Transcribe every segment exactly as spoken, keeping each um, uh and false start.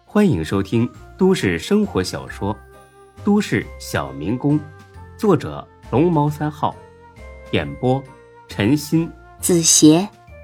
欢迎收听都市生活小说《都市小民工》，作者龙猫三号，演播陈鑫、 子邪。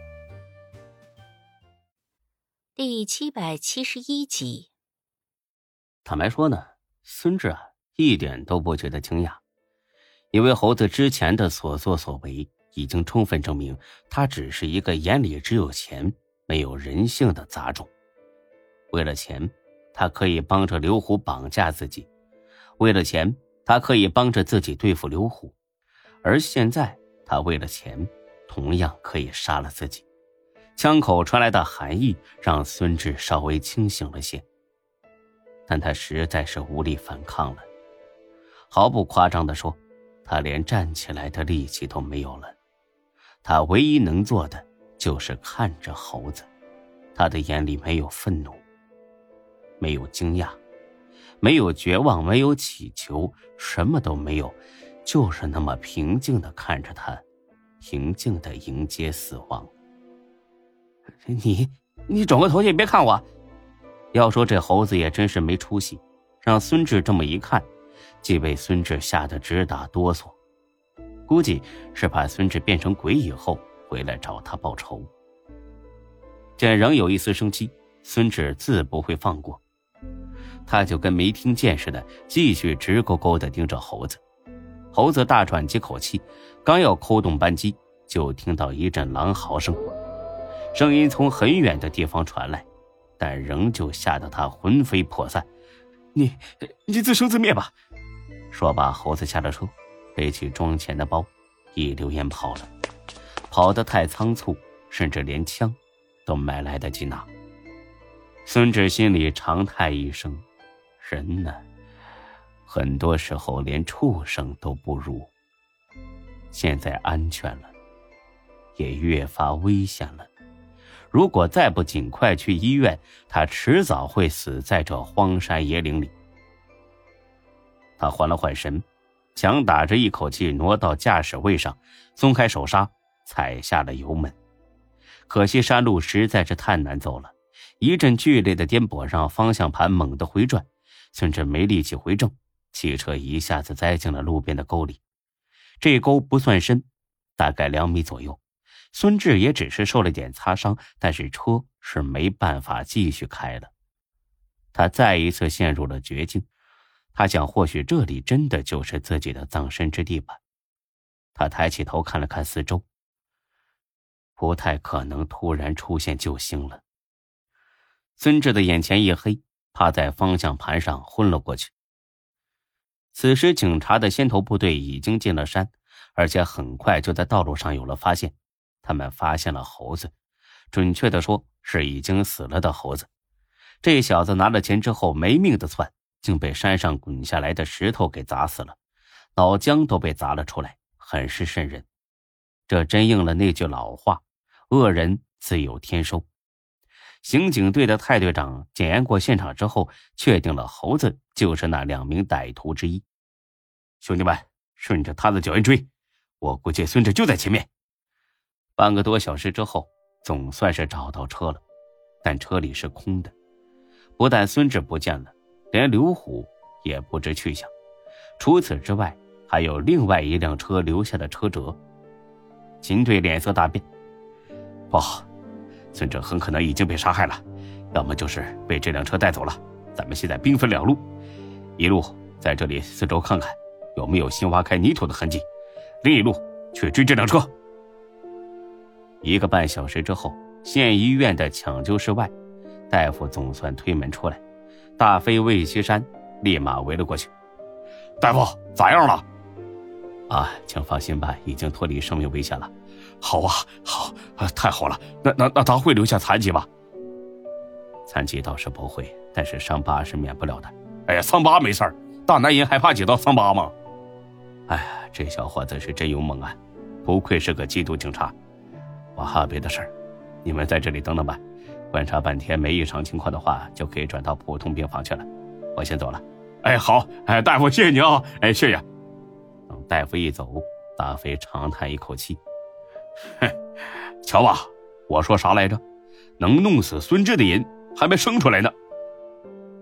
第七百七十一集。 坦白说呢，孙志啊一点都不觉得惊讶，因为猴子之前的所作所为已经充分证明他只是一个眼里只有钱没有人性的杂种。为了钱，他可以帮着刘虎绑架自己，为了钱，他可以帮着自己对付刘虎，而现在他为了钱同样可以杀了自己。枪口传来的寒意让孙志稍微清醒了些，但他实在是无力反抗了。毫不夸张地说，他连站起来的力气都没有了。他唯一能做的就是看着猴子，他的眼里没有愤怒，没有惊讶，没有绝望，没有祈求，什么都没有，就是那么平静地看着他，平静地迎接死亡。你你转过头去，别看我。要说这猴子也真是没出息，让孙志这么一看，既被孙志吓得直打哆嗦，估计是怕孙志变成鬼以后回来找他报仇。见仍有一丝生机，孙志自不会放过，他就跟没听见似的，继续直勾勾地盯着猴子。猴子大喘几口气，刚要扣动扳机，就听到一阵狼嚎声，声音从很远的地方传来，但仍旧吓得他魂飞魄散。你你自生自灭吧。说罢，猴子下了车，背起装钱的包，一溜烟跑了，跑得太仓促，甚至连枪都没来得及拿。孙志心里长叹一声，人呢，很多时候连畜生都不如。现在安全了，也越发危险了。如果再不尽快去医院，他迟早会死在这荒山野岭里。他缓了缓神，强打着一口气挪到驾驶位上，松开手刹，踩下了油门。可惜山路实在是太难走了，一阵剧烈的颠簸让方向盘猛地回转，孙志没力气回正，汽车一下子栽进了路边的沟里。这沟不算深，大概两米左右，孙志也只是受了点擦伤，但是车是没办法继续开了。他再一次陷入了绝境，他想或许这里真的就是自己的葬身之地吧。他抬起头看了看四周，不太可能突然出现救星了。孙志的眼前一黑，趴在方向盘上昏了过去。此时警察的先头部队已经进了山，而且很快就在道路上有了发现。他们发现了猴子，准确地说是已经死了的猴子。这小子拿了钱之后没命的窜，竟被山上滚下来的石头给砸死了，脑浆都被砸了出来，很是瘆人。这真应了那句老话，恶人自有天收。刑警队的泰队长检验过现场之后，确定了猴子就是那两名歹徒之一。兄弟们，顺着他的脚印追，我估计孙志就在前面。半个多小时之后，总算是找到车了，但车里是空的。不但孙志不见了，连刘虎也不知去向。除此之外，还有另外一辆车留下的车辙。秦队脸色大变，不好，孙志很可能已经被杀害了，要么就是被这辆车带走了。咱们现在兵分两路，一路在这里四周看看有没有新挖开泥土的痕迹，另一路去追这辆车。一个半小时之后，县医院的抢救室外，大夫总算推门出来，大飞魏西山立马围了过去。大夫，咋样了？啊，请放心吧，已经脱离生命危险了。好啊，好啊，太好了。那那那他会留下残疾吗？残疾倒是不会，但是伤疤是免不了的。哎呀，伤疤没事儿，大男人还怕几道伤疤吗？哎呀，这小伙子是真勇猛啊，不愧是个缉毒警察。我还有别的事儿，你们在这里等等吧，观察半天没异常情况的话，就可以转到普通病房去了。我先走了。哎，好，哎，大夫，谢谢你啊，哎，谢谢。等大夫一走，大飞长叹一口气，哼，瞧吧，我说啥来着？能弄死孙志的人还没生出来呢。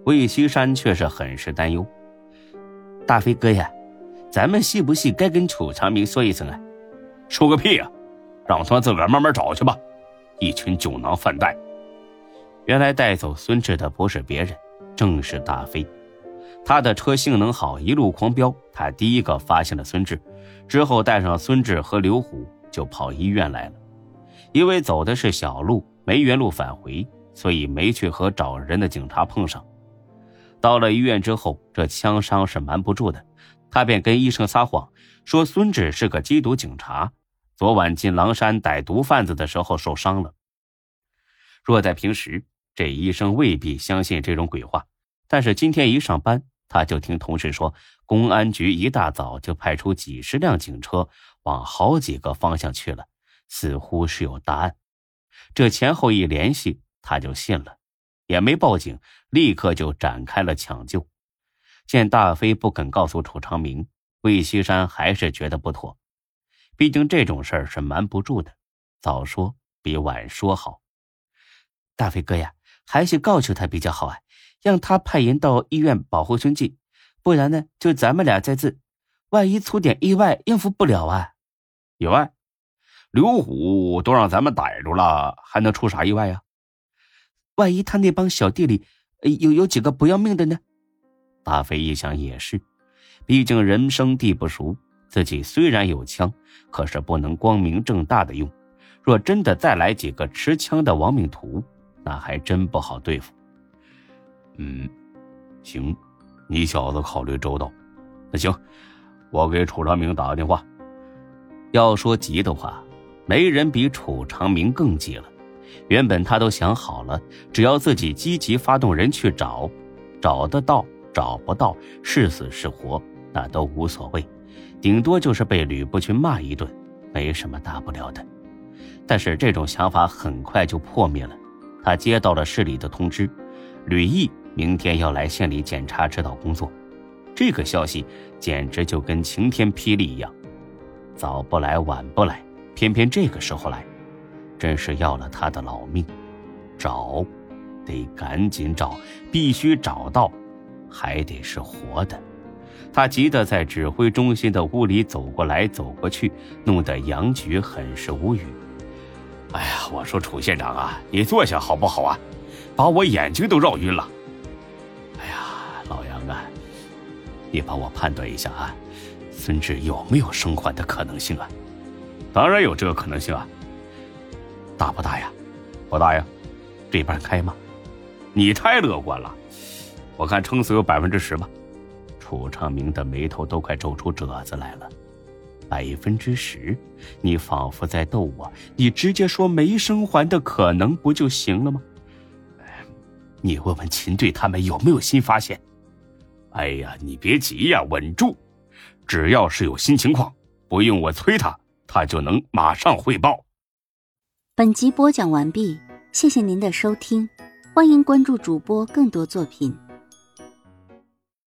魏西山却是很是担忧。大飞哥呀，咱们是不是该跟楚长明说一声啊？ 说个屁啊，让他自个儿慢慢找去吧，一群酒囊饭袋。 原来带走孙志的不是别人，正是大飞。他的车性能好，一路狂飙，他第一个发现了孙志，之后带上孙志和刘虎就跑医院来了。因为走的是小路，没原路返回，所以没去和找人的警察碰上。到了医院之后，这枪伤是瞒不住的，他便跟医生撒谎，说孙志是个缉毒警察，昨晚进狼山逮毒贩子的时候受伤了。若在平时，这医生未必相信这种鬼话，但是今天一上班，他就听同事说，公安局一大早就派出几十辆警车往好几个方向去了，似乎是有大案。这前后一联系，他就信了，也没报警，立刻就展开了抢救。见大飞不肯告诉楚长明，魏西山还是觉得不妥，毕竟这种事儿是瞒不住的，早说比晚说好。大飞哥呀，还是告诉他比较好啊，让他派人到医院保护孙继，不然呢，就咱们俩在这，万一出点意外应付不了啊。 意外？刘虎都让咱们逮住了，还能出啥意外呀？ 万一他那帮小弟里有有几个不要命的呢？大飞一想也是，毕竟人生地不熟，自己虽然有枪，可是不能光明正大的用，若真的再来几个持枪的亡命徒，那还真不好对付。 嗯，行，你小子考虑周到。那行，我给楚长明打个电话。 要说急的话，没人比楚长明更急了。原本他都想好了，只要自己积极发动人去找，找得到找不到，是死是活那都无所谓，顶多就是被吕布群骂一顿，没什么大不了的。但是这种想法很快就破灭了。他接到了市里的通知，吕毅明天要来县里检查指导工作。这个消息简直就跟晴天霹雳一样，早不来晚不来，偏偏这个时候来，真是要了他的老命。找得赶紧找，必须找到，还得是活的。他急得在指挥中心的屋里走过来走过去，弄得杨局很是无语。 哎呀，我说楚县长啊，你坐下好不好啊？把我眼睛都绕晕了。 哎呀，老杨啊，你帮我判断一下啊，孙志有没有生还的可能性啊？ 当然有这个可能性啊。 大不大呀？ 不大呀。 这边开吗？ 你太乐观了，我看撑死有百分之十吧。 楚长明的眉头都快皱出褶子来了。百分之十？你仿佛在逗我，你直接说没生还的可能不就行了吗？你问问秦队他们有没有新发现？ 哎呀，你别急呀，稳住。只要是有新情况，不用我催他，他就能马上汇报。 本集播讲完毕，谢谢您的收听，欢迎关注主播更多作品。